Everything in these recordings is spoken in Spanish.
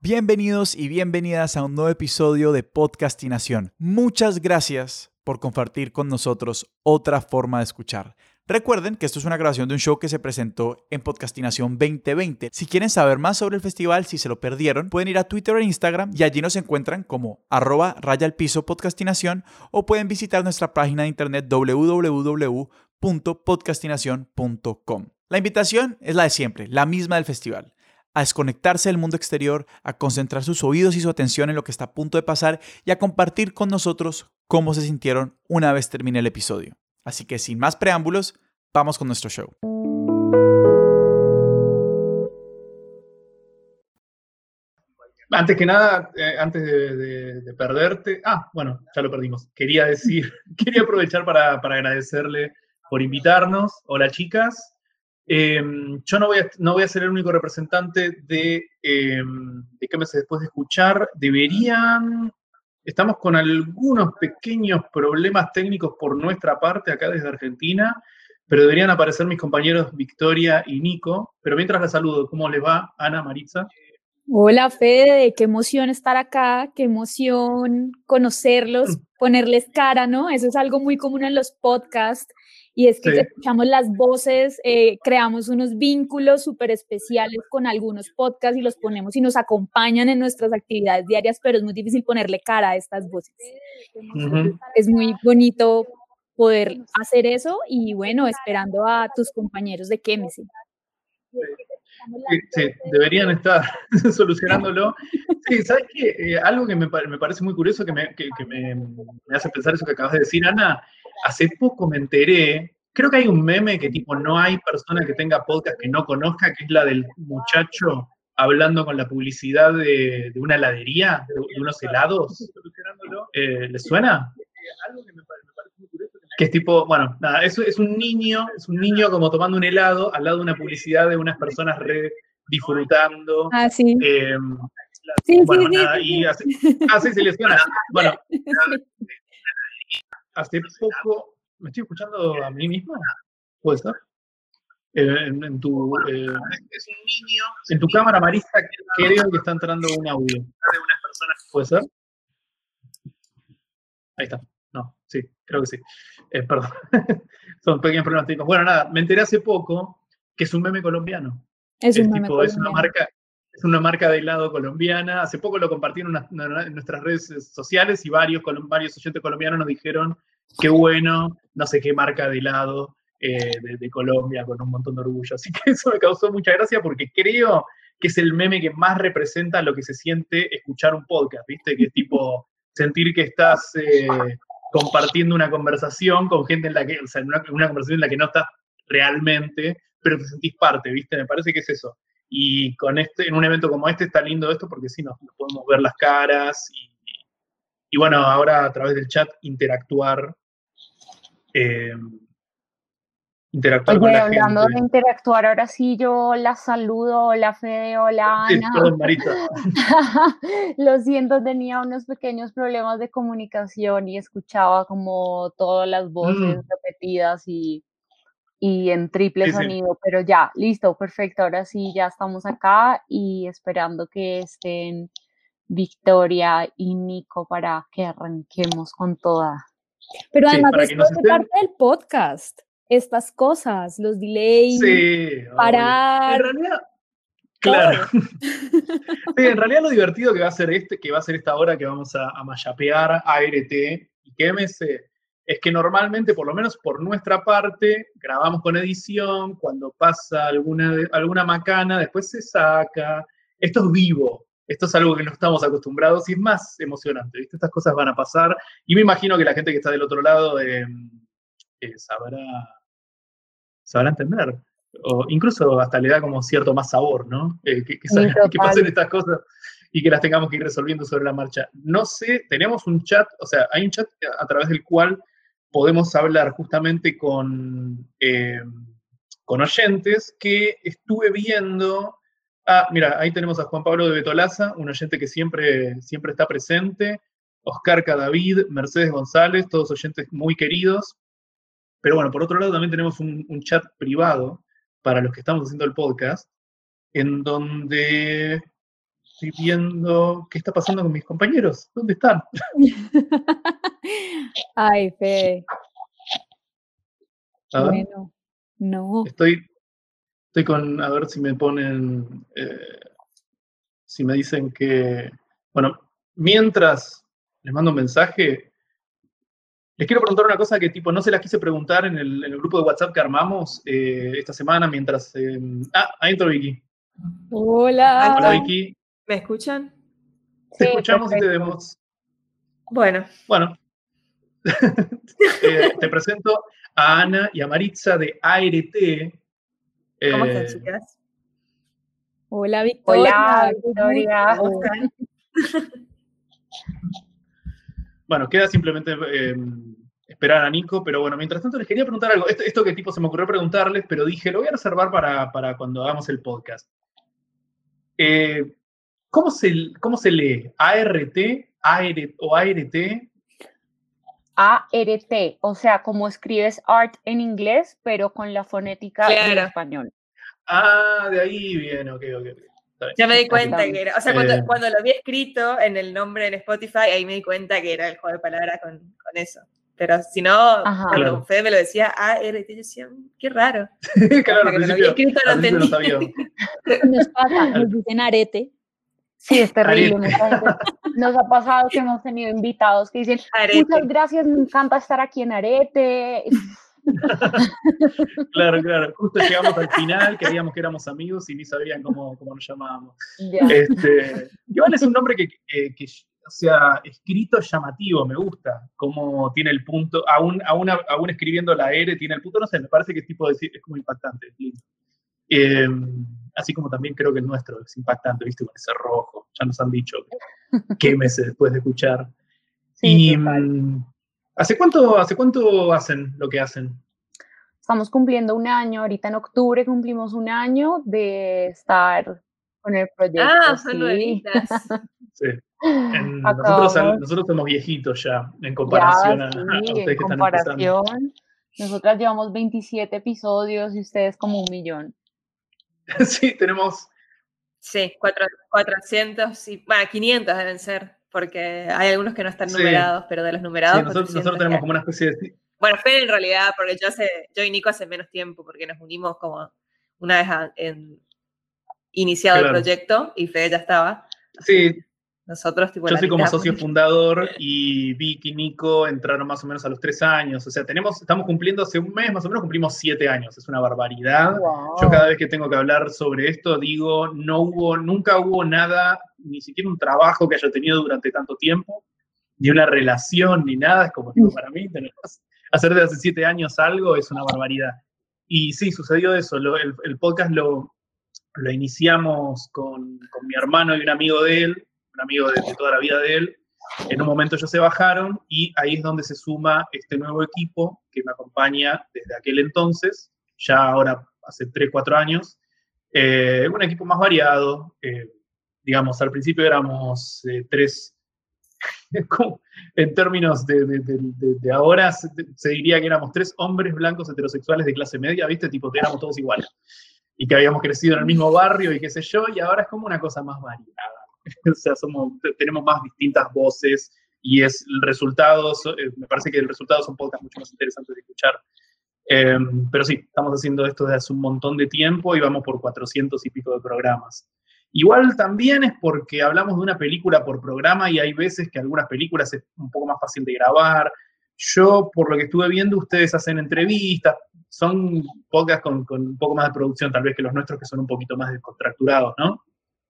Bienvenidos y bienvenidas a un nuevo episodio de Podcastinación. Muchas gracias por compartir con nosotros otra forma de escuchar. Recuerden que esto es una grabación de un show que se presentó en Podcastinación 2020. Si quieren saber más sobre el festival, si se lo perdieron, pueden ir a Twitter e Instagram y allí nos encuentran como @rayalpiso podcastinación o pueden visitar nuestra página de internet www.podcastinacion.com. La invitación es la de siempre, la misma del festival: a desconectarse del mundo exterior, a concentrar sus oídos y su atención en lo que está a punto de pasar y a compartir con nosotros cómo se sintieron una vez termine el episodio. Así que sin más preámbulos, vamos con nuestro show. Antes que nada, antes de perderte, bueno, ya lo perdimos. Quería aprovechar para agradecerle por invitarnos. Hola, chicas. Yo no voy a ser el único representante de qué meses después de escuchar. Estamos con algunos pequeños problemas técnicos por nuestra parte acá desde Argentina, pero deberían aparecer mis compañeros Victoria y Nico. Pero mientras les saludo, ¿cómo les va, Ana, Maritza? Hola, Fede, qué emoción estar acá, qué emoción conocerlos, ponerles cara, ¿no? Eso es algo muy común en los podcasts, y es que Sí. escuchamos las voces, creamos unos vínculos súper especiales con algunos podcasts y los ponemos y nos acompañan en nuestras actividades diarias, pero es muy difícil ponerle cara a estas voces. Es muy bonito poder hacer eso y bueno, esperando a tus compañeros de Quémese. Sí, deberían estar solucionándolo. Sí, ¿sabes qué? Algo que me parece muy curioso, que me hace pensar eso que acabas de decir, Ana. Hace poco me enteré, creo que hay un meme que tipo no hay persona que tenga podcast que no conozca, que es la del muchacho hablando con la publicidad de una heladería, de unos helados. ¿Les suena? Algo que me parece muy curioso. Que es tipo, bueno, nada, es un niño como tomando un helado al lado de una publicidad de unas personas disfrutando. Ah, sí. Bueno, nada, y así, sí, se les suena. Bueno, hace poco, ¿me estoy escuchando a mí mismo? ¿Puede ser? En tu cámara, Marisa, creo que está entrando un audio. ¿Puede ser? Ahí está. No, sí, creo que sí. Perdón. Son pequeños problemas técnicos. Bueno, nada, me enteré hace poco que es un meme colombiano. Es una marca de helado colombiana. Hace poco lo compartí en nuestras redes sociales y varios oyentes colombianos nos dijeron qué bueno, no sé qué marca de helado de Colombia, con un montón de orgullo. Así que eso me causó mucha gracia porque creo que es el meme que más representa lo que se siente escuchar un podcast, ¿viste? Que es tipo sentir que estás compartiendo una conversación con gente en la que, o sea, una conversación en la que no estás realmente, pero te sentís parte, ¿viste? Me parece que es eso. Y en un evento como este está lindo esto porque sí, nos podemos ver las caras y bueno, ahora a través del chat interactuar Oye, con la hablando gente. de interactuar, ahora sí yo la saludo. Hola, Fede, hola, Sí, Ana. perdón, Marita. Lo siento, tenía unos pequeños problemas de comunicación y escuchaba como todas las voces repetidas y en triple sonido, pero ya, listo, perfecto. Ahora sí, ya estamos acá y esperando que estén Victoria y Nico para que arranquemos con toda. Pero además para esto hace parte del podcast, estas cosas, los delays, parar. En realidad, claro. Sí, en realidad lo divertido que va a ser esta hora que vamos a mayapear ART y QMS, es que normalmente, por lo menos por nuestra parte, grabamos con edición, cuando pasa alguna macana, después se saca. Esto es vivo, esto es algo que no estamos acostumbrados y es más emocionante, ¿viste? Estas cosas van a pasar y me imagino que la gente que está del otro lado sabrá entender. O incluso hasta le da como cierto más sabor, ¿no? Que pasen estas cosas y que las tengamos que ir resolviendo sobre la marcha. No sé, tenemos un chat, o sea, hay un chat a través del cual podemos hablar justamente con oyentes que estuve viendo. Mira, ahí tenemos a Juan Pablo de Betolaza, un oyente que siempre está presente, Oscar Cadavid, Mercedes González, todos oyentes muy queridos. Pero bueno, por otro lado también tenemos un chat privado para los que estamos haciendo el podcast, en donde estoy viendo qué está pasando con mis compañeros. ¿Dónde están? Ay, Fede. ¿Ah? Bueno, no. Estoy con, a ver si me ponen, si me dicen que, bueno, mientras les mando un mensaje, les quiero preguntar una cosa que tipo no se las quise preguntar en el grupo de WhatsApp que armamos esta semana mientras... ahí entró Vicky. Hola. Hola Vicky. ¿Me escuchan? Te escuchamos y te vemos. Bueno. Te presento a Ana y a Maritza de ART. ¿Cómo están, chicas? Hola, Victoria. Hola, Victoria. ¿Cómo están? Bueno, queda simplemente esperar a Nico, pero bueno, mientras tanto les quería preguntar algo. Esto que tipo se me ocurrió preguntarles, pero dije, lo voy a reservar para cuando hagamos el podcast. ¿Cómo se lee? ¿ART? ¿O ART? ART, o sea, como escribes art en inglés, pero con la fonética del español. Ah, de ahí viene, ok. Ya me di cuenta que era, o sea, cuando lo vi escrito en el nombre en Spotify, ahí me di cuenta que era el juego de palabras con eso. Pero si no, cuando Fede me lo decía ART, yo decía, qué raro. Claro, al principio no sabía. Nos pasa, nos dicen arete. Sí, es terrible. Nos ha pasado que hemos tenido invitados que dicen, muchas gracias, me encanta estar aquí en Arete. Claro. Justo llegamos al final, creíamos que éramos amigos y ni sabían cómo nos llamábamos. Igual es un nombre que, o sea, escrito llamativo, me gusta. Como tiene el punto, aún escribiendo la R, tiene el punto, no sé, me parece que es tipo de, es como impactante. Así como también creo que el nuestro es impactante, ¿viste? Con ese rojo, ya nos han dicho qué meses después de escuchar. Sí, y ¿hace cuánto hacen lo que hacen? Estamos cumpliendo un año, ahorita en octubre cumplimos un año de estar con el proyecto. Son nuevitas. Sí. Nosotros somos viejitos ya, en comparación a ustedes que están empezando. Nosotras llevamos 27 episodios y ustedes como 1 millón. Sí, tenemos... Sí, 400, y, 500 deben ser, porque hay algunos que no están numerados, pero de los numerados... Sí, nosotros tenemos como una especie de... Bueno, Fede en realidad, porque yo y Nico hace menos tiempo, porque nos unimos como una vez iniciado el proyecto, y Fede ya estaba. Sí. Nosotros, tipo, yo soy como socio fundador y Vicky y Nico entraron más o menos a los 3 años. O sea, estamos cumpliendo hace un mes, más o menos cumplimos 7 años. Es una barbaridad. Wow. Yo cada vez que tengo que hablar sobre esto digo, nunca hubo nada, ni siquiera un trabajo que haya tenido durante tanto tiempo, ni una relación, ni nada. Es como, digo, para mí, hacer de hace 7 años algo es una barbaridad. Y sí, sucedió eso. El podcast lo iniciamos con mi hermano y un amigo de él, un amigo de toda la vida de él. En un momento ellos se bajaron y ahí es donde se suma este nuevo equipo que me acompaña desde aquel entonces, ya ahora hace 3, 4 años. Un equipo más variado. Digamos, al principio éramos 3, en términos de ahora, se diría que éramos 3 hombres blancos heterosexuales de clase media, ¿viste? Tipo, éramos todos iguales. Y que habíamos crecido en el mismo barrio y qué sé yo, y ahora es como una cosa más variada. O sea, tenemos más distintas voces y el resultado, me parece que el resultado son podcasts mucho más interesantes de escuchar. Pero sí, estamos haciendo esto desde hace un montón de tiempo y vamos por 400 y pico de programas. Igual también es porque hablamos de una película por programa y hay veces que algunas películas es un poco más fácil de grabar. Yo, por lo que estuve viendo, ustedes hacen entrevistas, son podcasts con un poco más de producción tal vez que los nuestros, que son un poquito más descontracturados, ¿no?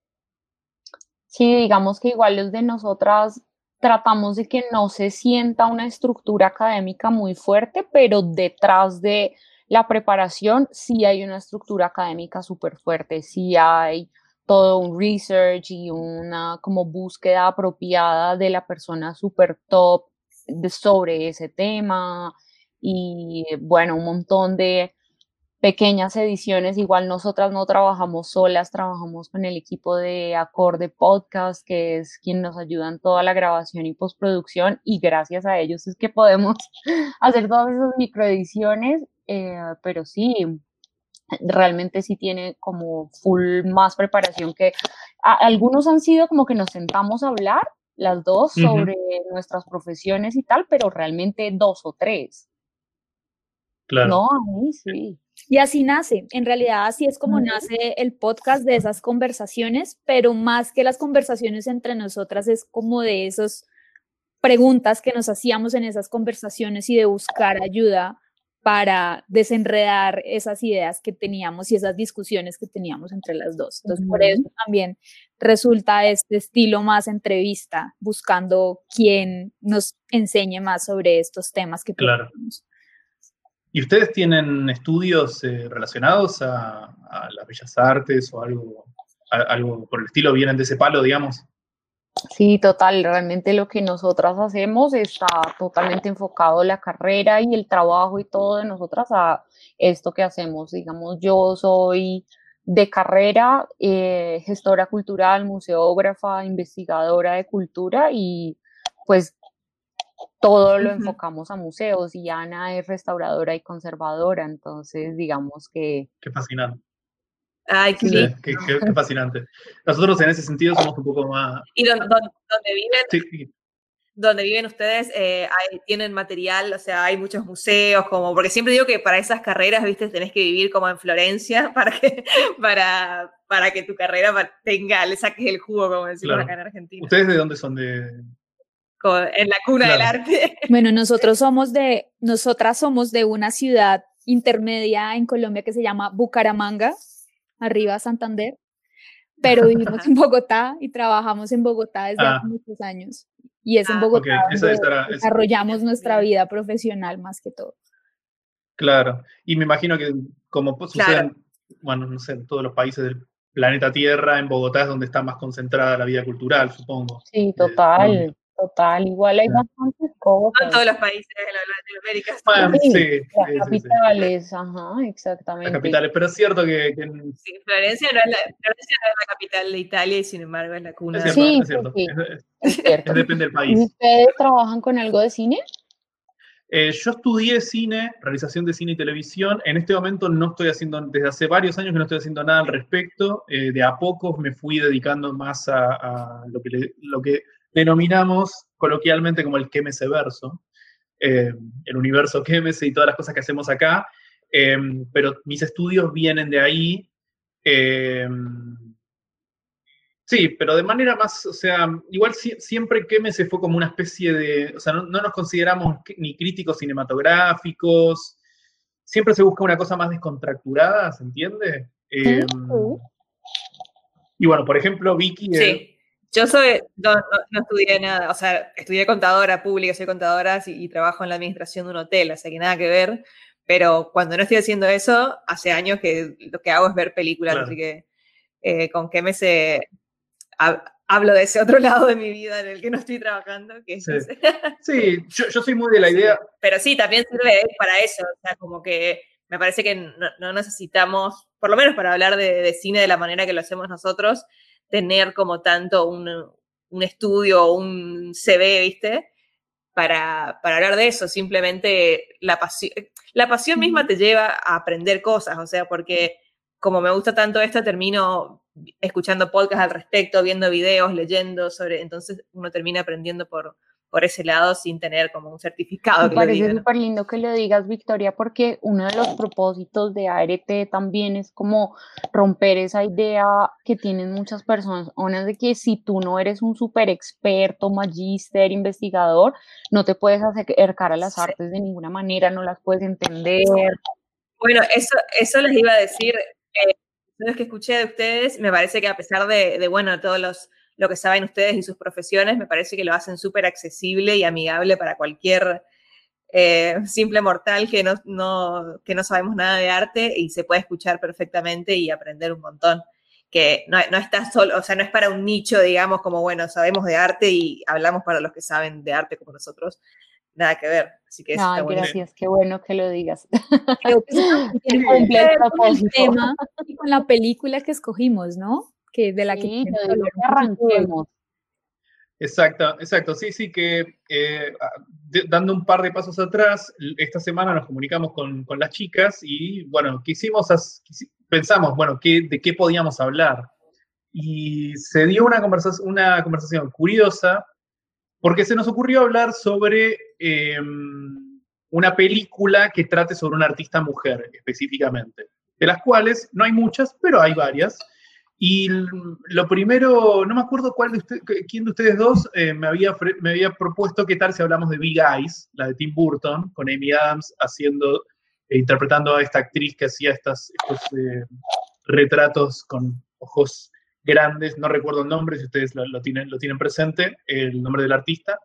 Sí, digamos que igual los de nosotras tratamos de que no se sienta una estructura académica muy fuerte, pero detrás de la preparación sí hay una estructura académica súper fuerte, sí hay todo un research y una como búsqueda apropiada de la persona súper top sobre ese tema y bueno, un montón de pequeñas ediciones. Igual nosotras no trabajamos solas, trabajamos con el equipo de Acorde Podcast, que es quien nos ayuda en toda la grabación y postproducción, y gracias a ellos es que podemos hacer todas esas microediciones, pero sí, realmente sí tiene como full más preparación que algunos han sido como que nos sentamos a hablar las dos sobre nuestras profesiones y tal, pero realmente 2 o 3. Claro. No, a mí sí. Y así nace, en realidad así es como nace el podcast, de esas conversaciones, pero más que las conversaciones entre nosotras es como de esas preguntas que nos hacíamos en esas conversaciones y de buscar ayuda para desenredar esas ideas que teníamos y esas discusiones que teníamos entre las dos. Entonces, por eso también resulta este estilo más entrevista, buscando quien nos enseñe más sobre estos temas que tenemos. ¿Y ustedes tienen estudios relacionados a las bellas artes o algo por el estilo? ¿Vienen de ese palo, digamos? Sí, total. Realmente lo que nosotras hacemos está totalmente enfocado la carrera y el trabajo y todo de nosotras a esto que hacemos. Digamos, yo soy de carrera gestora cultural, museógrafa, investigadora de cultura y pues todo lo enfocamos a museos, y Ana es restauradora y conservadora, entonces digamos que... Qué fascinante. Ay, qué lindo. Qué fascinante. Nosotros en ese sentido somos un poco más... ¿Y donde viven? Sí. Donde viven ustedes, tienen material, o sea, hay muchos museos, como, porque siempre digo que para esas carreras, viste, tenés que vivir como en Florencia para que tu carrera le saques el jugo, como decimos acá en Argentina. ¿Ustedes de dónde son? En la cuna del arte. Bueno, nosotras somos de una ciudad intermedia en Colombia que se llama Bucaramanga, arriba Santander, pero vivimos en Bogotá y trabajamos en Bogotá desde hace muchos años. Y es en Bogotá donde desarrollamos nuestra vida profesional más que todo. Claro, y me imagino que como sucede, bueno, no sé, en todos los países del planeta Tierra, en Bogotá es donde está más concentrada la vida cultural, supongo. Sí, total. Total, igual hay bastantes cosas. No en todos los países de Latinoamérica. Bueno, sí, las capitales, ajá, exactamente. Las capitales, pero es cierto que sí, Florencia no es la capital de Italia y sin embargo es la cuna. Es cierto. Es cierto. Depende del país. ¿Y ustedes trabajan con algo de cine? Yo estudié cine, realización de cine y televisión. En este momento no estoy haciendo, desde hace varios años que no estoy haciendo nada al respecto. De a poco me fui dedicando más a lo que denominamos coloquialmente como el Quémese verso, el universo Quémese y todas las cosas que hacemos acá, pero mis estudios vienen de ahí. Sí, pero de manera más, o sea, igual siempre Quémese fue como una especie de, o sea, no nos consideramos ni críticos cinematográficos, siempre se busca una cosa más descontracturada, ¿se entiende? Y bueno, por ejemplo, Vicky... Sí. Yo no estudié nada, o sea, estudié contadora pública, soy contadora y trabajo en la administración de un hotel, o sea que nada que ver, pero cuando no estoy haciendo eso, hace años que lo que hago es ver películas, así que con Quémese hablo de ese otro lado de mi vida en el que no estoy trabajando. Que sí, yo soy muy de la idea. Pero sí, también sirve para eso, o sea, como que me parece que no necesitamos, por lo menos para hablar de cine de la manera que lo hacemos nosotros, tener como tanto un estudio o un CV, ¿viste? Para hablar de eso, simplemente la pasión misma te lleva a aprender cosas, o sea, porque como me gusta tanto esto, termino escuchando podcasts al respecto, viendo videos, leyendo sobre, entonces uno termina aprendiendo por ese lado sin tener como un certificado. Me parece súper lindo que lo digas, Victoria, porque uno de los propósitos de ART también es como romper esa idea que tienen muchas personas, de que si tú no eres un súper experto, magíster, investigador, no te puedes acercar a las artes de ninguna manera, no las puedes entender. Bueno, eso les iba a decir, los que escuché de ustedes, me parece que a pesar de bueno, todos lo que saben ustedes y sus profesiones, me parece que lo hacen súper accesible y amigable para cualquier simple mortal que no sabemos nada de arte y se puede escuchar perfectamente y aprender un montón. Que no está solo, o sea, no es para un nicho, digamos, como, bueno, sabemos de arte y hablamos para los que saben de arte como nosotros. Nada que ver. Así que eso está bueno. Gracias, qué bueno que lo digas. Creo que tiene completo con el tema y con la película que escogimos, ¿no? Que de la que arranquemos. Exacto. Sí, que dando un par de pasos atrás, esta semana nos comunicamos con las chicas y, bueno, pensamos, bueno, de qué podíamos hablar. Y se dio una conversación curiosa porque se nos ocurrió hablar sobre una película que trate sobre una artista mujer específicamente, de las cuales no hay muchas, pero hay varias. Y lo primero, no me acuerdo quién de ustedes dos me había propuesto qué tal si hablamos de Big Eyes, la de Tim Burton, con Amy Adams interpretando a esta actriz que hacía estos retratos con ojos grandes, no recuerdo el nombre, si ustedes lo tienen presente, el nombre del artista.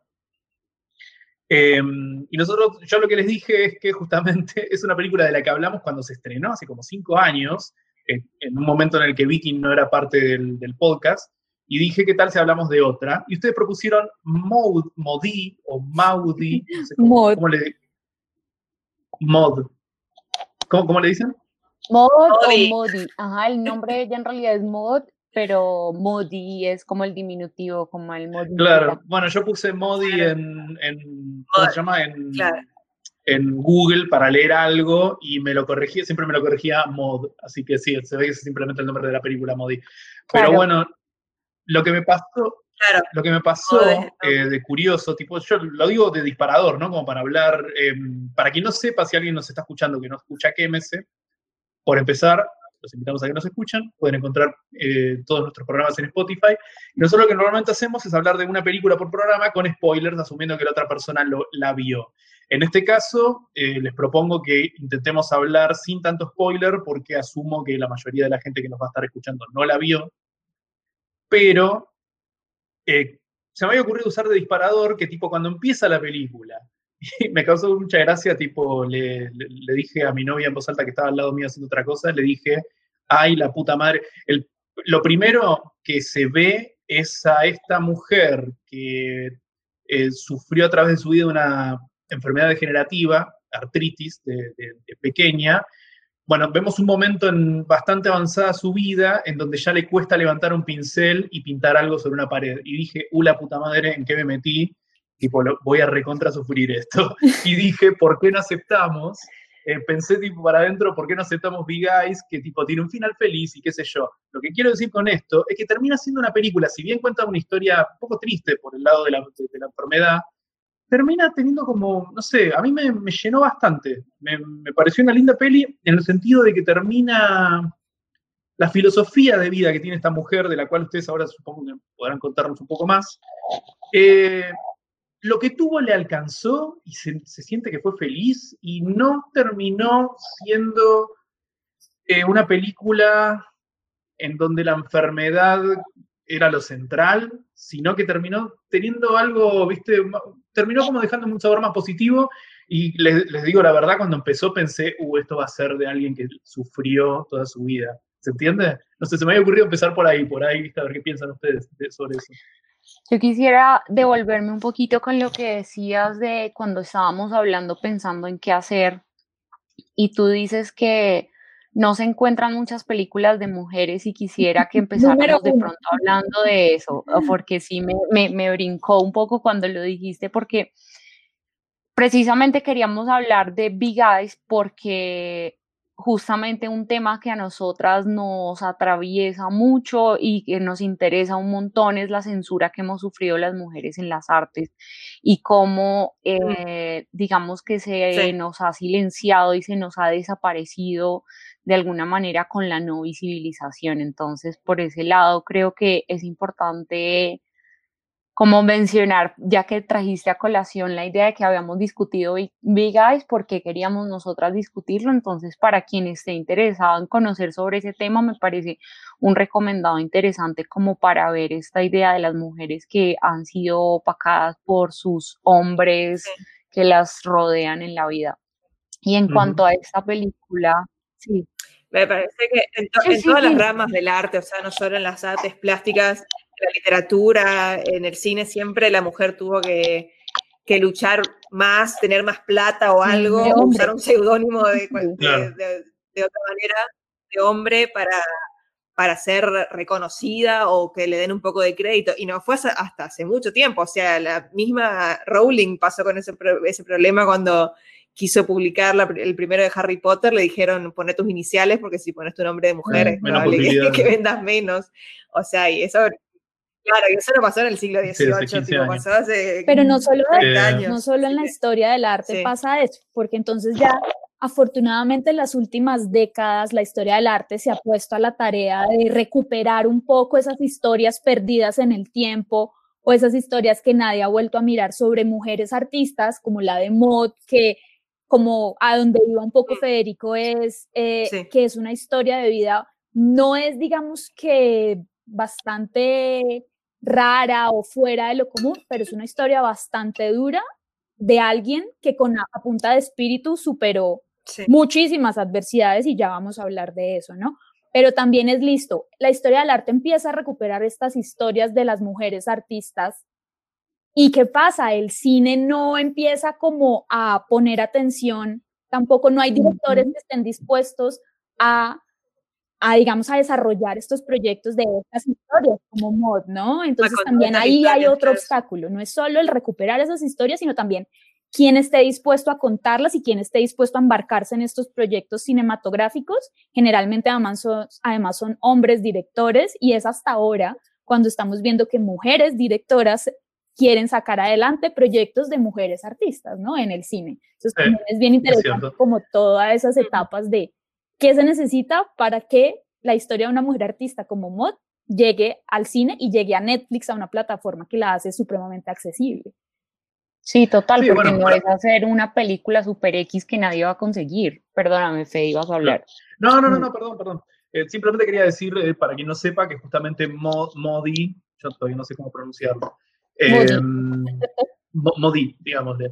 Y yo lo que les dije es que justamente es una película de la que hablamos cuando se estrenó, hace como 5 años, en un momento en el que Vicky no era parte del podcast, y dije, ¿qué tal si hablamos de otra? Y ustedes propusieron Maudie, no sé cómo le... ¿Cómo le dicen? Maud o Modi. Ajá, el nombre de ella en realidad es Maud, pero Modi es como el diminutivo, como el Modi. Claro, bueno, yo puse Modi ¿cómo se llama? En Google para leer algo y siempre me lo corregía Mod, así que sí, se ve que es simplemente el nombre de la película, Modi. Pero claro. Bueno, lo que me pasó de curioso, tipo, yo lo digo de disparador, ¿no? Como para hablar, para quien no sepa, si alguien nos está escuchando que no escucha QMS, por empezar, los invitamos a que nos escuchan, pueden encontrar todos nuestros programas en Spotify. Y nosotros lo que normalmente hacemos es hablar de una película por programa con spoilers, asumiendo que la otra persona la vio. En este caso, les propongo que intentemos hablar sin tanto spoiler, porque asumo que la mayoría de la gente que nos va a estar escuchando no la vio. Pero se me había ocurrido usar de disparador que tipo cuando empieza la película, y me causó mucha gracia, tipo, le dije a mi novia en voz alta que estaba al lado mío haciendo otra cosa, le dije, ay, la puta madre. Lo primero que se ve es a esta mujer que sufrió a través de su vida una enfermedad degenerativa, artritis de pequeña. Bueno, vemos un momento bastante avanzada su vida en donde ya le cuesta levantar un pincel y pintar algo sobre una pared. Y dije, la puta madre, ¿en qué me metí? Tipo, voy a recontra sufrir esto. Y dije, ¿por qué no aceptamos? Pensé tipo para adentro, ¿por qué no aceptamos Big Eyes? Que tipo tiene un final feliz y qué sé yo. Lo que quiero decir con esto es que termina siendo una película, si bien cuenta una historia un poco triste por el lado de la enfermedad, termina teniendo como, no sé, a mí me llenó bastante. Me pareció una linda peli en el sentido de que termina la filosofía de vida que tiene esta mujer, de la cual ustedes ahora supongo que podrán contarnos un poco más. Lo que tuvo le alcanzó y se siente que fue feliz y no terminó siendo una película en donde la enfermedad era lo central, sino que terminó teniendo algo, ¿viste? Terminó como dejando un sabor más positivo y les digo la verdad, cuando empezó pensé, esto va a ser de alguien que sufrió toda su vida. ¿Se entiende? No sé, se me había ocurrido empezar por ahí, ¿viste? A ver qué piensan ustedes sobre eso. Yo quisiera devolverme un poquito con lo que decías de cuando estábamos hablando pensando en qué hacer y tú dices que no se encuentran muchas películas de mujeres y quisiera que empezáramos de pronto hablando de eso, porque sí me brincó un poco cuando lo dijiste, porque precisamente queríamos hablar de Big Eyes porque justamente un tema que a nosotras nos atraviesa mucho y que nos interesa un montón es la censura que hemos sufrido las mujeres en las artes y cómo, digamos que se nos ha silenciado y se nos ha desaparecido de alguna manera con la no visibilización. Entonces, por ese lado, creo que es importante como mencionar, ya que trajiste a colación la idea de que habíamos discutido Big Eyes, porque queríamos nosotras discutirlo. Entonces, para quien esté interesado en conocer sobre ese tema, me parece un recomendado interesante como para ver esta idea de las mujeres que han sido opacadas por sus hombres que las rodean en la vida. Y en cuanto a esta película, sí. Me parece que en todas las ramas del arte, o sea, no solo en las artes plásticas, en la literatura, en el cine, siempre la mujer tuvo que luchar más, tener más plata o algo, usar un seudónimo de otra manera de hombre para ser reconocida o que le den un poco de crédito, y no fue hasta hace mucho tiempo. O sea, la misma Rowling pasó con ese problema cuando quiso publicar el primero de Harry Potter, le dijeron, poné tus iniciales, porque si pones tu nombre de mujer es probable que vendas menos. O sea, y eso... Claro, y eso no pasó en el siglo XVIII, tipo, pasó hace... Pero no solo, no solo en la historia del arte pasa eso, porque entonces ya, afortunadamente, en las últimas décadas, la historia del arte se ha puesto a la tarea de recuperar un poco esas historias perdidas en el tiempo, o esas historias que nadie ha vuelto a mirar sobre mujeres artistas, como la de Maud, que como a donde iba un poco Federico es que es una historia de vida, no es, digamos que bastante rara o fuera de lo común, pero es una historia bastante dura de alguien que a punta de espíritu superó muchísimas adversidades, y ya vamos a hablar de eso, ¿no? Pero también es listo, la historia del arte empieza a recuperar estas historias de las mujeres artistas. ¿Y qué pasa? El cine no empieza como a poner atención, tampoco no hay directores que estén dispuestos a digamos, a desarrollar estos proyectos de estas historias como Maud, ¿no? Entonces también ahí hay otro obstáculo, no es solo el recuperar esas historias, sino también quién esté dispuesto a contarlas y quién esté dispuesto a embarcarse en estos proyectos cinematográficos. Generalmente además son hombres directores, y es hasta ahora cuando estamos viendo que mujeres directoras quieren sacar adelante proyectos de mujeres artistas, ¿no? En el cine. Entonces también es bien interesante como todas esas etapas de qué se necesita para que la historia de una mujer artista como Maud llegue al cine y llegue a Netflix, a una plataforma que la hace supremamente accesible. Sí, total, porque no es hacer una película super X que nadie va a conseguir. Perdóname, Fede, ibas a hablar. No, perdón. Simplemente quería decir, para quien no sepa, que justamente Modi, yo todavía no sé cómo pronunciarlo, Modi, digámosle.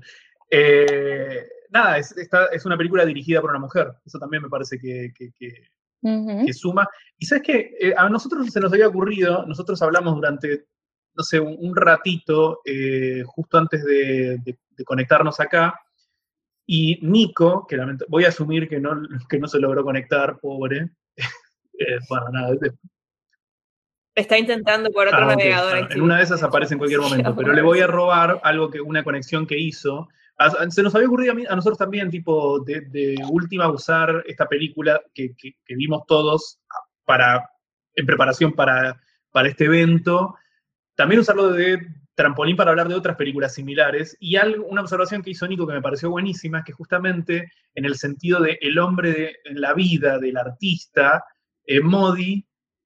Nada, es una película dirigida por una mujer. Eso también me parece que suma. Y sabes que a nosotros se nos había ocurrido, nosotros hablamos durante, no sé, un ratito, justo antes de conectarnos acá, y Nico, que voy a asumir que no se logró conectar, pobre. Bueno, nada. Está intentando por otro navegador. Bueno, en una de esas aparece en cualquier momento, pero le voy a robar una conexión que hizo. Se nos había ocurrido a nosotros también, tipo, de última, usar esta película que vimos todos en preparación para este evento. También usarlo de trampolín para hablar de otras películas similares. Y una observación que hizo Nico que me pareció buenísima, es que justamente en el sentido de el hombre en la vida del artista, Modi,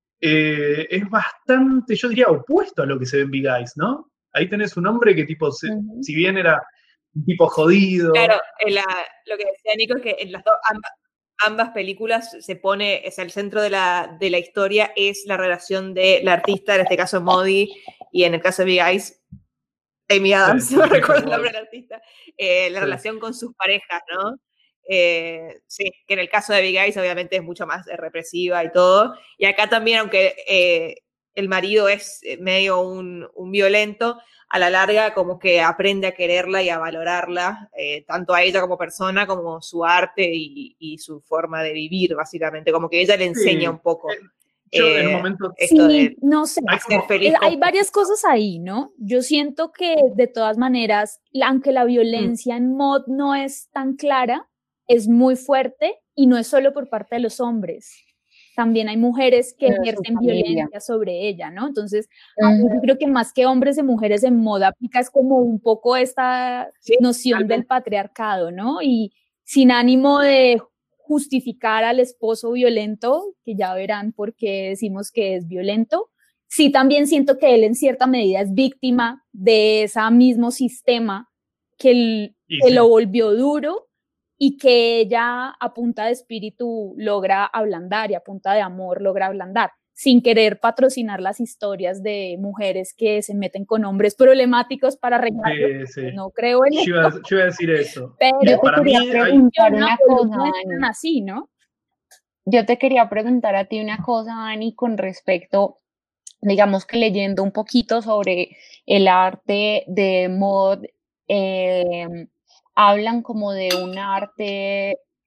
es bastante, yo diría, opuesto a lo que se ve en Big Eyes, ¿no? Ahí tenés un hombre que tipo, si bien era un tipo jodido. Claro, lo que decía Nico es que en las ambas películas se pone, el centro de la historia es la relación de la artista, en este caso Modi, y en el caso de Big Eyes, Amy Adams, no recuerdo el nombre del artista, la relación con sus parejas, ¿no? Sí, que en el caso de Big Eyes obviamente es mucho más represiva y todo, y acá también, aunque el marido es medio un violento, a la larga como que aprende a quererla y a valorarla, tanto a ella como persona, como su arte y su forma de vivir, básicamente, como que ella le enseña un poco. Yo en un momento... no sé, hay varias cosas ahí, ¿no? Yo siento que de todas maneras, aunque la violencia en Maud no es tan clara, es muy fuerte, y no es solo por parte de los hombres. También hay mujeres que ejercen violencia sobre ella, ¿no? Entonces, yo creo que más que hombres y mujeres en Maud aplica es como un poco esta noción del patriarcado, ¿no? Y sin ánimo de justificar al esposo violento, que ya verán por qué decimos que es violento, sí también siento que él en cierta medida es víctima de ese mismo sistema que lo volvió duro, y que ella a punta de espíritu logra ablandar, y a punta de amor logra ablandar, sin querer patrocinar las historias de mujeres que se meten con hombres problemáticos para arreglarlo. No creo en eso. Yo iba a decir eso. Pero para mí preguntar una cosa, Dani. Así, ¿no? Yo te quería preguntar a ti una cosa, Dani, con respecto, digamos que leyendo un poquito sobre el arte de Maud, hablan como de un arte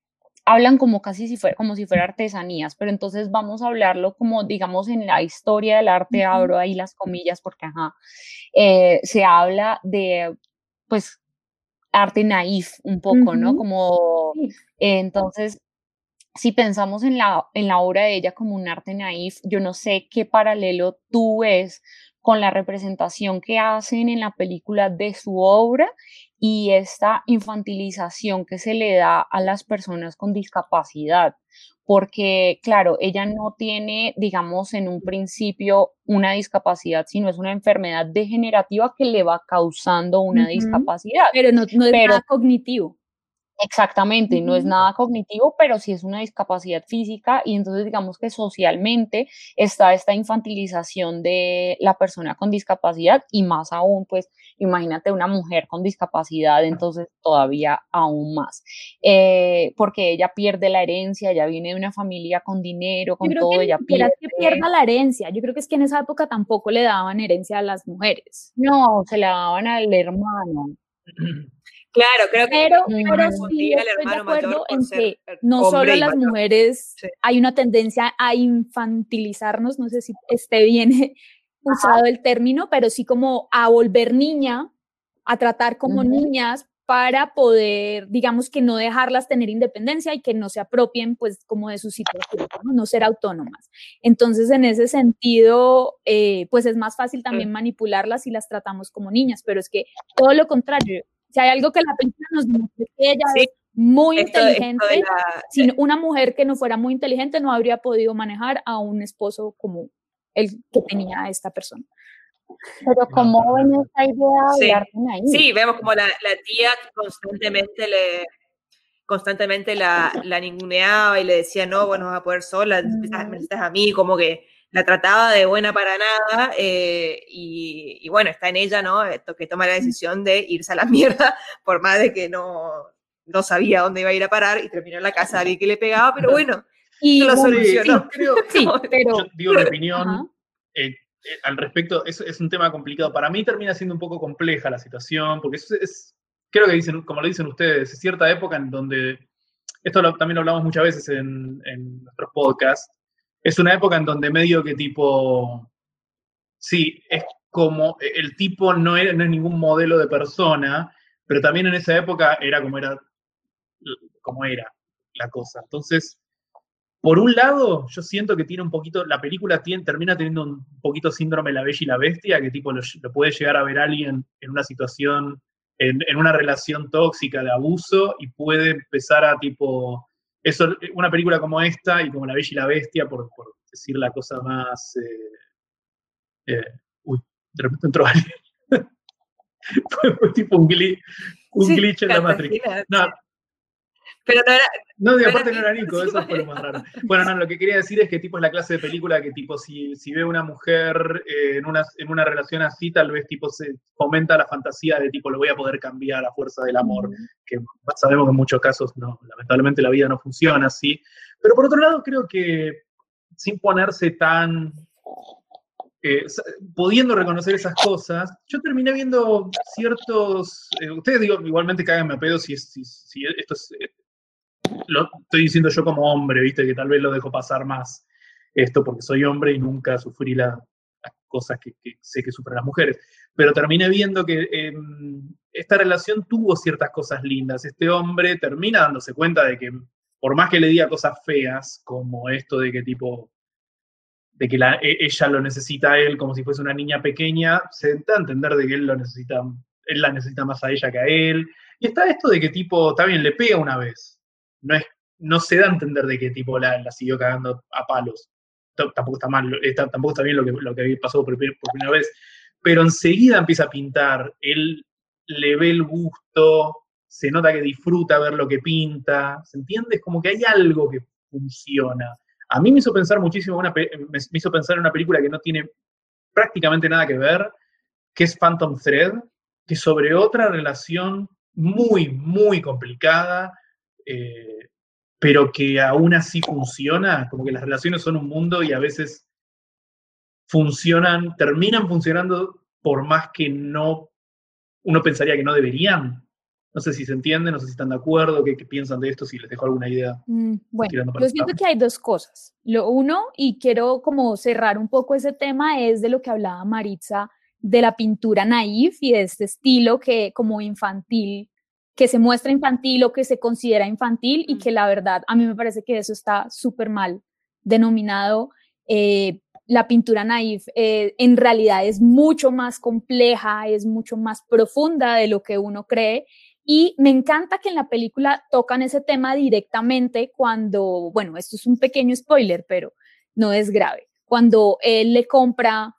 hablan como como si fuera artesanías, pero entonces vamos a hablarlo como, digamos, en la historia del arte, abro ahí las comillas porque, se habla de, pues, arte naif un poco, ¿no? Como, entonces, si pensamos en la obra de ella como un arte naif, yo no sé qué paralelo tú ves con la representación que hacen en la película de su obra y esta infantilización que se le da a las personas con discapacidad. Porque, claro, ella no tiene, digamos, en un principio una discapacidad, sino es una enfermedad degenerativa que le va causando una discapacidad. Pero no es nada cognitivo. Exactamente, no es nada cognitivo, pero sí es una discapacidad física y entonces digamos que socialmente está esta infantilización de la persona con discapacidad y más aún, pues imagínate una mujer con discapacidad, entonces todavía aún más, porque ella pierde la herencia, ella viene de una familia con dinero, con todo, ella pierde. Que pierda la herencia, yo creo que es que en esa época tampoco le daban herencia a las mujeres. No, se la daban al hermano. Claro, creo que pero sí estoy de acuerdo en que no solo las mujeres hay una tendencia a infantilizarnos, no sé si esté bien usado el término, pero sí como a volver niña, a tratar como niñas para poder, digamos que no dejarlas tener independencia y que no se apropien pues como de su situación, no ser autónomas. Entonces en ese sentido pues es más fácil también manipularlas si las tratamos como niñas, pero es que todo lo contrario. Si hay algo que la película nos demuestra que ella es muy inteligente, sin una mujer que no fuera muy inteligente no habría podido manejar a un esposo como el que tenía esta persona. Pero ¿cómo ven esta idea de arte naif? Sí, vemos como la tía constantemente la ninguneaba y le decía, no, vos no vas a poder sola, me necesitas a mí, como que la trataba de buena para nada y bueno, está en ella, ¿no? Esto que toma la decisión de irse a la mierda, por más de que no sabía dónde iba a ir a parar y terminó en la casa de alguien que le pegaba, pero bueno, y lo solucionó. Yo digo mi opinión al respecto, es un tema complicado. Para mí termina siendo un poco compleja la situación, porque creo que dicen, como lo dicen ustedes, es cierta época en donde, esto también lo hablamos muchas veces en nuestros podcasts, es una época en donde medio que tipo, sí, es como, el tipo no es ningún modelo de persona, pero también en esa época era como era la cosa. Entonces, por un lado, yo siento que tiene un poquito, la película termina teniendo un poquito síndrome La Bella y la Bestia, que tipo lo puede llegar a ver alguien en una situación, en una relación tóxica de abuso, y puede empezar a tipo, una película como esta y como La Bella y la Bestia, por decir la cosa más, uy, de repente entró alguien. fue tipo un glitch en la Matrix. No, pero no era... No, y aparte no era Nico, eso fue lo más raro. Bueno, no, lo que quería decir es que tipo es la clase de película que tipo si ve una mujer en una relación así, tal vez tipo se fomenta la fantasía de tipo lo voy a poder cambiar a fuerza del amor, que sabemos que en muchos casos no, lamentablemente la vida no funciona así. Pero por otro lado creo que sin ponerse tan... pudiendo reconocer esas cosas, yo terminé viendo ciertos... ustedes digo, igualmente cáganme a pedo si esto es... lo estoy diciendo yo como hombre, viste, que tal vez lo dejo pasar más esto porque soy hombre y nunca sufrí las cosas que sé que sufren las mujeres. Pero terminé viendo que esta relación tuvo ciertas cosas lindas. Este hombre termina dándose cuenta de que por más que le diga cosas feas, como esto de que tipo de que ella lo necesita a él como si fuese una niña pequeña, se da a entender de que él la necesita más a ella que a él. Y está esto de que tipo, está bien, le pega una vez. No se da a entender de qué tipo la siguió cagando a palos. Tampoco está mal, tampoco está bien lo que pasó por primera vez. Pero enseguida empieza a pintar, él le ve el gusto, se nota que disfruta ver lo que pinta, ¿se entiende? Es como que hay algo que funciona. A mí me hizo pensar muchísimo, me hizo pensar en una película que no tiene prácticamente nada que ver, que es Phantom Thread, que es sobre otra relación muy, muy complicada, pero que aún así funciona, como que las relaciones son un mundo y a veces terminan funcionando por más que uno pensaría que no deberían. No sé si se entiende, no sé si están de acuerdo, qué piensan de esto, si les dejo alguna idea. Bueno, yo siento que hay dos cosas. Lo uno, y quiero como cerrar un poco ese tema, es de lo que hablaba Maritza, de la pintura naif y de este estilo que como infantil, que se muestra infantil o que se considera infantil y que la verdad a mí me parece que eso está súper mal denominado. La pintura naif en realidad es mucho más compleja, es mucho más profunda de lo que uno cree. Y me encanta que en la película tocan ese tema directamente cuando, bueno, esto es un pequeño spoiler, pero no es grave, cuando él le compra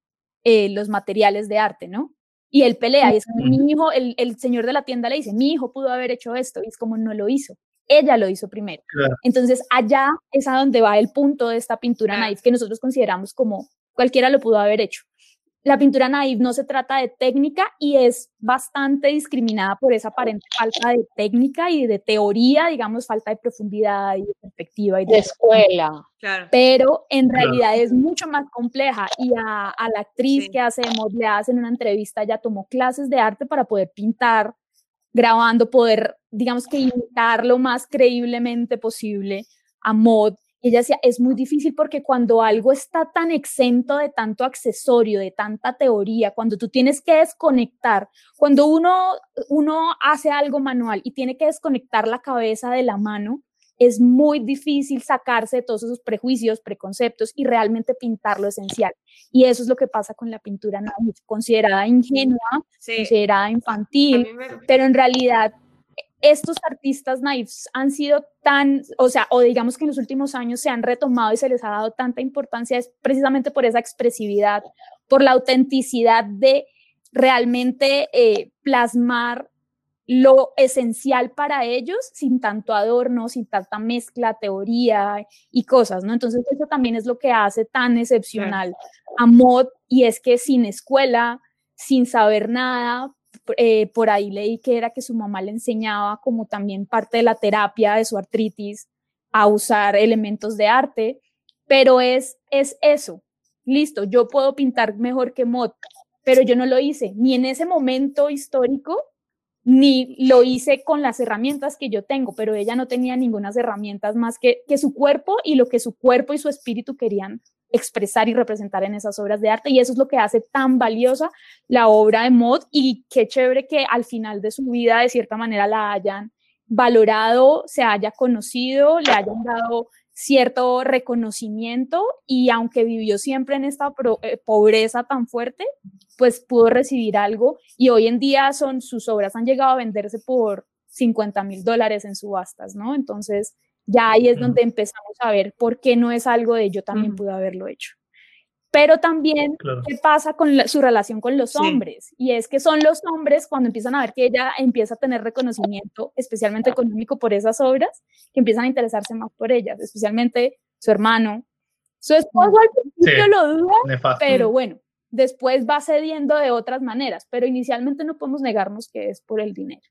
los materiales de arte, ¿no? Y él pelea, y es como, mi hijo, el señor de la tienda le dice, mi hijo pudo haber hecho esto, y es como, no lo hizo, ella lo hizo primero. Claro. Entonces, allá es a donde va el punto de esta pintura naif, que nosotros consideramos como cualquiera lo pudo haber hecho. La pintura naif no se trata de técnica y es bastante discriminada por esa aparente falta de técnica y de teoría, digamos, falta de profundidad y de perspectiva. Y de escuela. Claro. Pero en realidad es mucho más compleja y a la actriz que hace de Maud le hacen una entrevista, ella tomó clases de arte para poder pintar, grabando, poder, digamos que imitar lo más creíblemente posible a Maud. Ella decía, es muy difícil porque cuando algo está tan exento de tanto accesorio, de tanta teoría, cuando tú tienes que desconectar, cuando uno hace algo manual y tiene que desconectar la cabeza de la mano, es muy difícil sacarse de todos esos prejuicios, preconceptos y realmente pintar lo esencial. Y eso es lo que pasa con la pintura naif, considerada ingenua, considerada infantil, pero en realidad estos artistas naifs han sido o digamos que en los últimos años se han retomado y se les ha dado tanta importancia es precisamente por esa expresividad, por la autenticidad de realmente plasmar lo esencial para ellos sin tanto adorno, sin tanta mezcla, teoría y cosas, ¿no? Entonces eso también es lo que hace tan excepcional a Maud, y es que sin escuela, sin saber nada, por ahí leí que era que su mamá le enseñaba como también parte de la terapia de su artritis a usar elementos de arte, pero es eso, listo, yo puedo pintar mejor que Maud, pero yo no lo hice, ni en ese momento histórico, ni lo hice con las herramientas que yo tengo, pero ella no tenía ninguna herramientas más que su cuerpo y lo que su cuerpo y su espíritu querían expresar y representar en esas obras de arte, y eso es lo que hace tan valiosa la obra de Maud, y qué chévere que al final de su vida de cierta manera la hayan valorado, se haya conocido, le hayan dado cierto reconocimiento, y aunque vivió siempre en esta pobreza tan fuerte, pues pudo recibir algo, y hoy en día sus obras han llegado a venderse por $50,000 en subastas, ¿no? Entonces ya ahí es donde empezamos a ver por qué no es algo de yo también pude haberlo hecho. Pero también, ¿qué pasa con su relación con los hombres? Y es que son los hombres, cuando empiezan a ver que ella empieza a tener reconocimiento, especialmente económico por esas obras, que empiezan a interesarse más por ellas, especialmente su hermano. Su esposo al principio lo duda, pero bueno, después va cediendo de otras maneras, pero inicialmente no podemos negarnos que es por el dinero.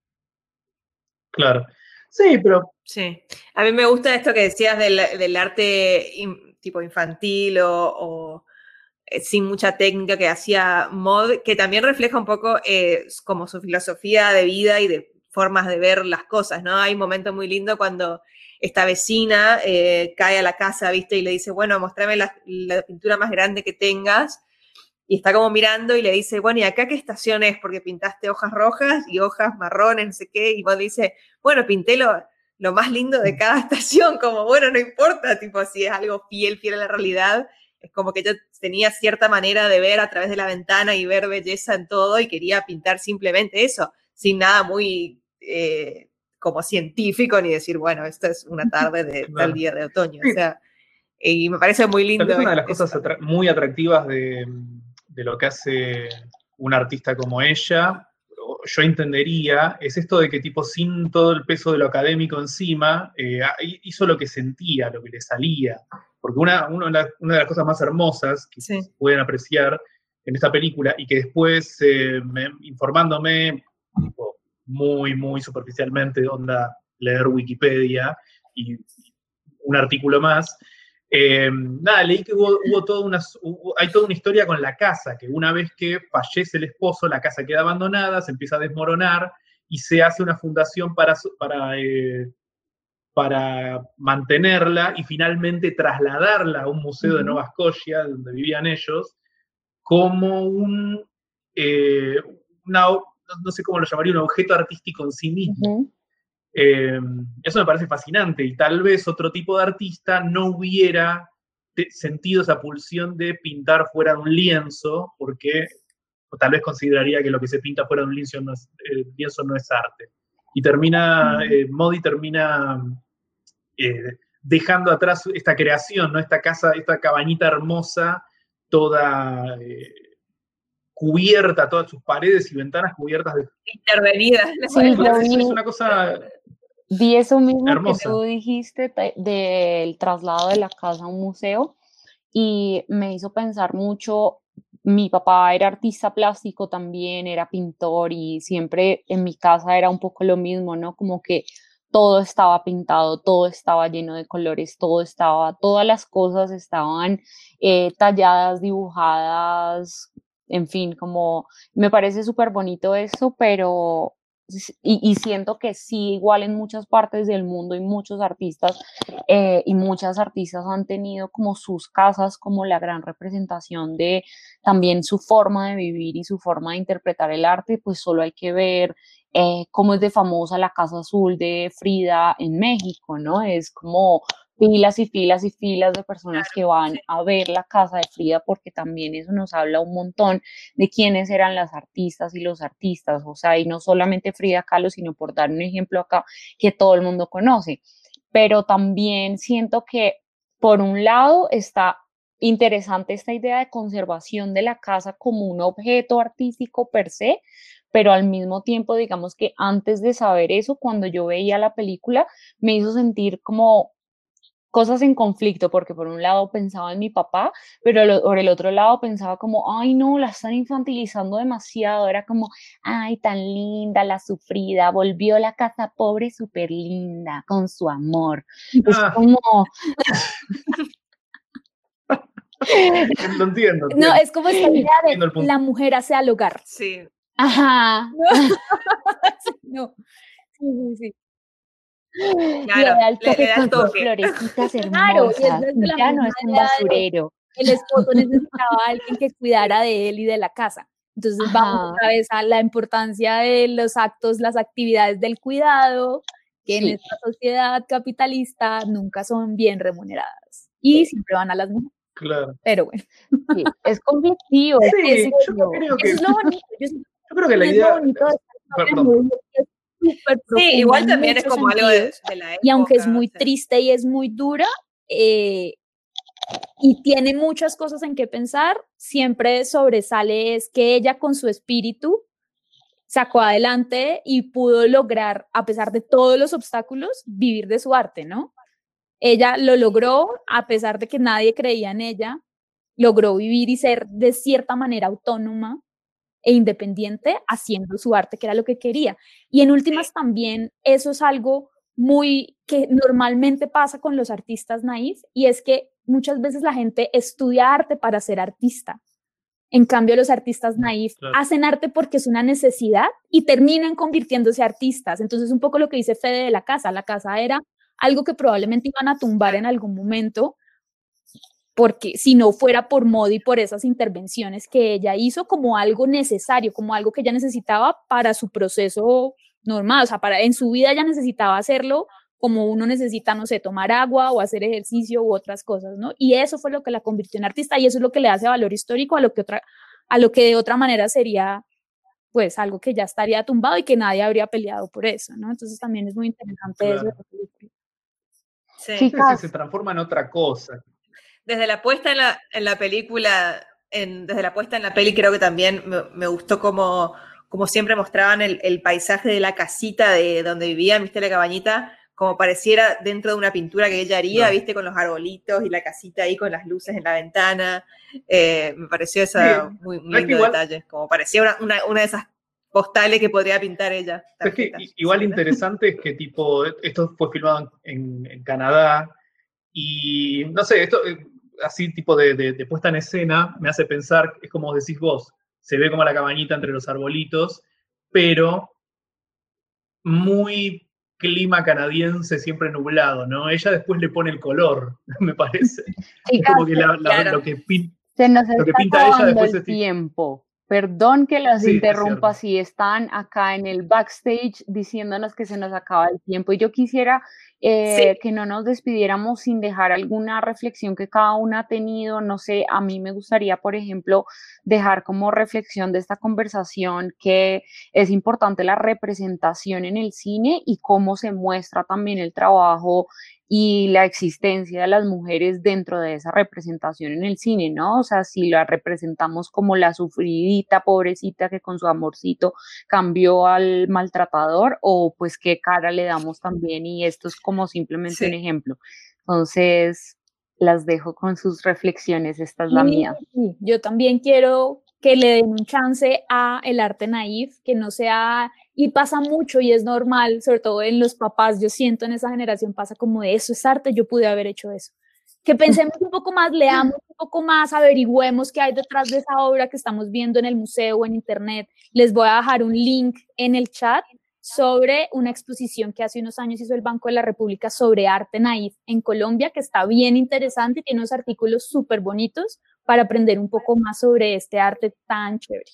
Claro. Sí, pero... Sí. A mí me gusta esto que decías del arte tipo infantil o sin mucha técnica que hacía Maud, que también refleja un poco como su filosofía de vida y de formas de ver las cosas, ¿no? Hay un momento muy lindo cuando esta vecina cae a la casa, ¿viste? Y le dice, bueno, mostrame la pintura más grande que tengas. Y está como mirando y le dice, bueno, ¿y acá qué estación es? Porque pintaste hojas rojas y hojas marrones, no sé qué. Y Maud dice, bueno, pinté lo más lindo de cada estación, como, bueno, no importa, tipo, si es algo fiel a la realidad. Es como que yo tenía cierta manera de ver a través de la ventana y ver belleza en todo y quería pintar simplemente eso, sin nada muy como científico, ni decir, bueno, esta es una tarde de tal día de otoño. O sea, y me parece muy lindo. Es una de las cosas muy atractivas de lo que hace un artista como ella, yo entendería, es esto de que tipo sin todo el peso de lo académico encima, hizo lo que sentía, lo que le salía. Porque una de las cosas más hermosas que se pueden apreciar en esta película, y que después, informándome tipo, muy, muy superficialmente, onda leer Wikipedia y un artículo más, leí que hay toda una historia con la casa, que una vez que fallece el esposo, la casa queda abandonada, se empieza a desmoronar, y se hace una fundación para mantenerla y finalmente trasladarla a un museo de Nova Scotia, donde vivían ellos, como no sé cómo lo llamaría, un objeto artístico en sí mismo. Eso me parece fascinante, y tal vez otro tipo de artista no hubiera sentido esa pulsión de pintar fuera de un lienzo, porque tal vez consideraría que lo que se pinta fuera de un lienzo no es arte. Y Modi termina dejando atrás esta creación, ¿no? Esta casa, esta cabañita hermosa, toda cubierta, todas sus paredes y ventanas cubiertas de... Intervenidas. Sí, es una cosa... Vi eso mismo hermosa. que tú dijiste del traslado de la casa a un museo, y me hizo pensar mucho. Mi papá era artista plástico también, era pintor, y siempre en mi casa era un poco lo mismo, ¿no? Como que todo estaba pintado, todo estaba lleno de colores, todas las cosas estaban talladas, dibujadas, en fin, como me parece súper bonito eso, pero... Y siento que sí, igual en muchas partes del mundo y muchos artistas y muchas artistas han tenido como sus casas como la gran representación de también su forma de vivir y su forma de interpretar el arte. Pues solo hay que ver cómo es de famosa la Casa Azul de Frida en México, ¿no? Es como filas y filas y filas de personas que van a ver la casa de Frida, porque también eso nos habla un montón de quiénes eran las artistas y los artistas, o sea, y no solamente Frida Kahlo, sino por dar un ejemplo acá que todo el mundo conoce. Pero también siento que por un lado está interesante esta idea de conservación de la casa como un objeto artístico per se, pero al mismo tiempo, digamos que antes de saber eso, cuando yo veía la película, me hizo sentir como cosas en conflicto, porque por un lado pensaba en mi papá, pero por el otro lado pensaba como, ay no, la están infantilizando demasiado, era como, ay, tan linda, la sufrida, volvió a la casa pobre súper linda, con su amor. Es como... Lo entiendo. No, es como esta idea de la mujer hace al hogar. Sí. Ajá. No. Sí, sí. Claro, le da el toque. Florecitas hermosas. Claro, y ya no es un basurero. El esposo necesitaba a alguien que cuidara de él y de la casa. Entonces vamos otra vez a la importancia de los actos, las actividades del cuidado, que en esta sociedad capitalista nunca son bien remuneradas y siempre van a las mujeres. Claro. Pero bueno. Sí, es conflictivo. Sí, yo creo que... Eso es lo bonito. Yo creo que la idea... Sí, igual también es como algo de la época. Y aunque es muy triste y es muy dura, y tiene muchas cosas en que pensar, siempre sobresale es que ella con su espíritu sacó adelante y pudo lograr, a pesar de todos los obstáculos, vivir de su arte, ¿no? Ella lo logró, a pesar de que nadie creía en ella, logró vivir y ser de cierta manera autónoma e independiente haciendo su arte, que era lo que quería. Y en últimas también eso es algo muy que normalmente pasa con los artistas naif, y es que muchas veces la gente estudia arte para ser artista. En cambio, los artistas naif hacen arte porque es una necesidad y terminan convirtiéndose artistas. Entonces, un poco lo que dice Fede de la casa era algo que probablemente iban a tumbar en algún momento, porque si no fuera por Modi, por esas intervenciones que ella hizo como algo necesario, como algo que ella necesitaba para su proceso normal, o sea, en su vida ella necesitaba hacerlo como uno necesita, no sé, tomar agua o hacer ejercicio u otras cosas, ¿no? Y eso fue lo que la convirtió en artista, y eso es lo que le hace valor histórico a lo que de otra manera sería, pues, algo que ya estaría tumbado y que nadie habría peleado por eso, ¿no? Entonces también es muy interesante eso. Sí, se transforma en otra cosa. Desde la puesta en la película, desde la puesta en la peli, creo que también me gustó como siempre mostraban el paisaje de la casita de donde vivían, ¿viste? La cabañita, como pareciera dentro de una pintura que ella haría, ¿viste? Con los arbolitos y la casita ahí con las luces en la ventana. Me pareció esa muy lindo detalle, como parecía una de esas postales que podría pintar ella. Es que igual interesante es que tipo, esto fue filmado en Canadá, y no sé, esto así tipo de puesta en escena me hace pensar, es como decís vos, se ve como la cabañita entre los arbolitos, pero muy clima canadiense, siempre nublado, ¿no? Ella después le pone el color, me parece. Chicas, es como que lo que pinta ella después el tiempo. Perdón que los interrumpa, si están acá en el backstage diciéndonos que se nos acaba el tiempo y yo quisiera que no nos despidiéramos sin dejar alguna reflexión que cada una ha tenido. No sé, a mí me gustaría, por ejemplo, dejar como reflexión de esta conversación que es importante la representación en el cine y cómo se muestra también el trabajo y la existencia de las mujeres dentro de esa representación en el cine, ¿no? O sea, si la representamos como la sufridita, pobrecita que con su amorcito cambió al maltratador, o pues qué cara le damos también, y esto es como simplemente un ejemplo. Entonces, las dejo con sus reflexiones, esta es la mía. Yo también quiero que le den un chance a el arte naif, que no sea, y pasa mucho y es normal, sobre todo en los papás, yo siento en esa generación pasa como de eso es arte, yo pude haber hecho eso. Que pensemos un poco más, leamos un poco más, averigüemos qué hay detrás de esa obra que estamos viendo en el museo o en internet. Les voy a dejar un link en el chat sobre una exposición que hace unos años hizo el Banco de la República sobre arte naif en Colombia, que está bien interesante y tiene unos artículos súper bonitos para aprender un poco más sobre este arte tan chévere.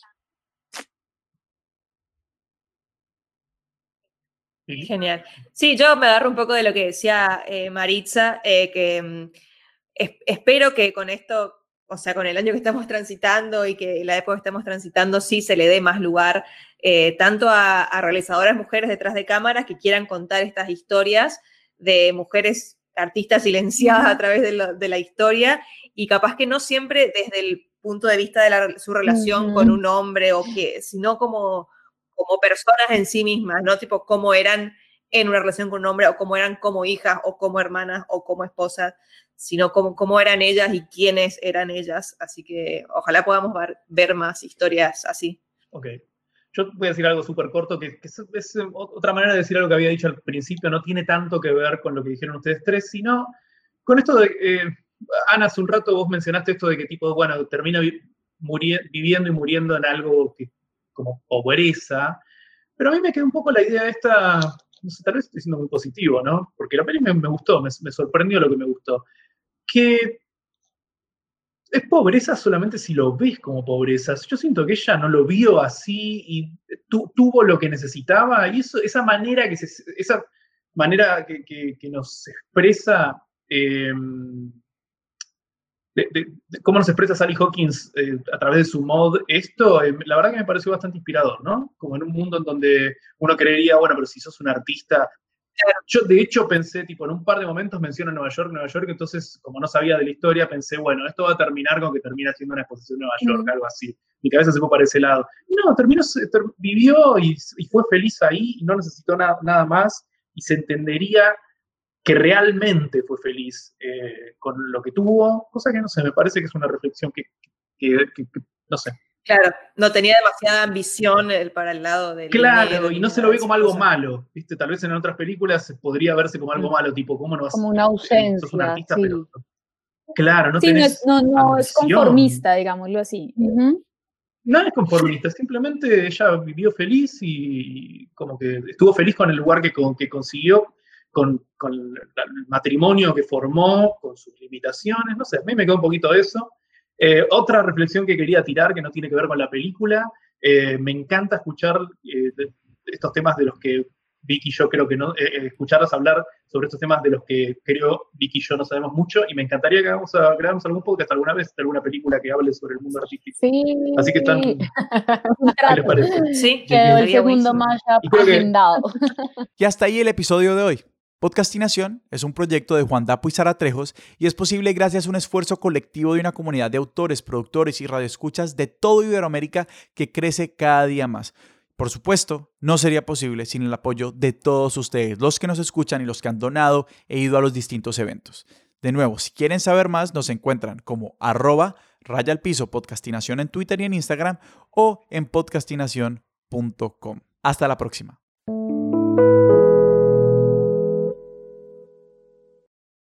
Genial. Sí, yo me agarro un poco de lo que decía Maritza, que espero que con esto, o sea, con el año que estamos transitando y que la época que estamos transitando, sí se le dé más lugar tanto a realizadoras mujeres detrás de cámaras que quieran contar estas historias de mujeres artistas silenciadas a través de la historia, y capaz que no siempre desde el punto de vista de su relación con un hombre, sino como personas en sí mismas, ¿no? Tipo, cómo eran en una relación con un hombre, o cómo eran como hijas, o como hermanas, o como esposas, sino cómo eran ellas y quiénes eran ellas. Así que ojalá podamos ver más historias así. Ok. Yo voy a decir algo súper corto, que es otra manera de decir algo que había dicho al principio, no tiene tanto que ver con lo que dijeron ustedes tres, sino con esto de, Ana, hace un rato vos mencionaste esto de que tipo, bueno, termina viviendo y muriendo en algo que, como pobreza, pero a mí me queda un poco la idea esta, no sé, tal vez estoy siendo muy positivo, ¿no? Porque la peli me gustó, me sorprendió lo que me gustó, que es pobreza solamente si lo ves como pobreza. Yo siento que ella no lo vio así y tuvo lo que necesitaba, y esa manera que nos expresa de cómo nos expresa Sally Hawkins a través de su mod, esto, la verdad que me pareció bastante inspirador, ¿no? Como en un mundo en donde uno creería, bueno, pero si sos un artista. Yo, de hecho, pensé, tipo, en un par de momentos menciono Nueva York, entonces, como no sabía de la historia, pensé, bueno, esto va a terminar con que termina siendo una exposición en Nueva York, algo así. Mi cabeza se fue para ese lado. No, vivió y fue feliz ahí, y no necesitó nada más, y se entendería que realmente fue feliz con lo que tuvo, cosa que, no sé, me parece que es una reflexión que no sé. Claro, no tenía demasiada ambición para el lado del Claro, y no se lo ve como algo malo, ¿viste? Tal vez en otras películas podría verse como algo malo, tipo, ¿cómo no vas? Como una ausencia, sos un artista, sí. pero claro, no sí, tenés no es conformista, digámoslo así. No es conformista, simplemente ella vivió feliz y como que estuvo feliz con el lugar que consiguió, con el matrimonio que formó, con sus limitaciones, no sé, a mí me quedó un poquito eso. Otra reflexión que quería tirar, que no tiene que ver con la película, me encanta escuchar estos temas de los que Vicky y yo creo que no, escucharlas hablar sobre estos temas de los que creo Vicky y yo no sabemos mucho, y me encantaría que hagamos algún podcast alguna vez de alguna película que hable sobre el mundo artístico. Sí. Así que están. ¿Qué les parece? Sí, quedó el segundo mashup agendado. Y hasta ahí el episodio de hoy. Podcastinación es un proyecto de Juan Dapo y Sara Trejos y es posible gracias a un esfuerzo colectivo de una comunidad de autores, productores y radioescuchas de todo Iberoamérica que crece cada día más. Por supuesto, no sería posible sin el apoyo de todos ustedes, los que nos escuchan y los que han donado e ido a los distintos eventos. De nuevo, si quieren saber más, nos encuentran como @rayalpiso podcastinación en Twitter y en Instagram, o en podcastinación.com. Hasta la próxima.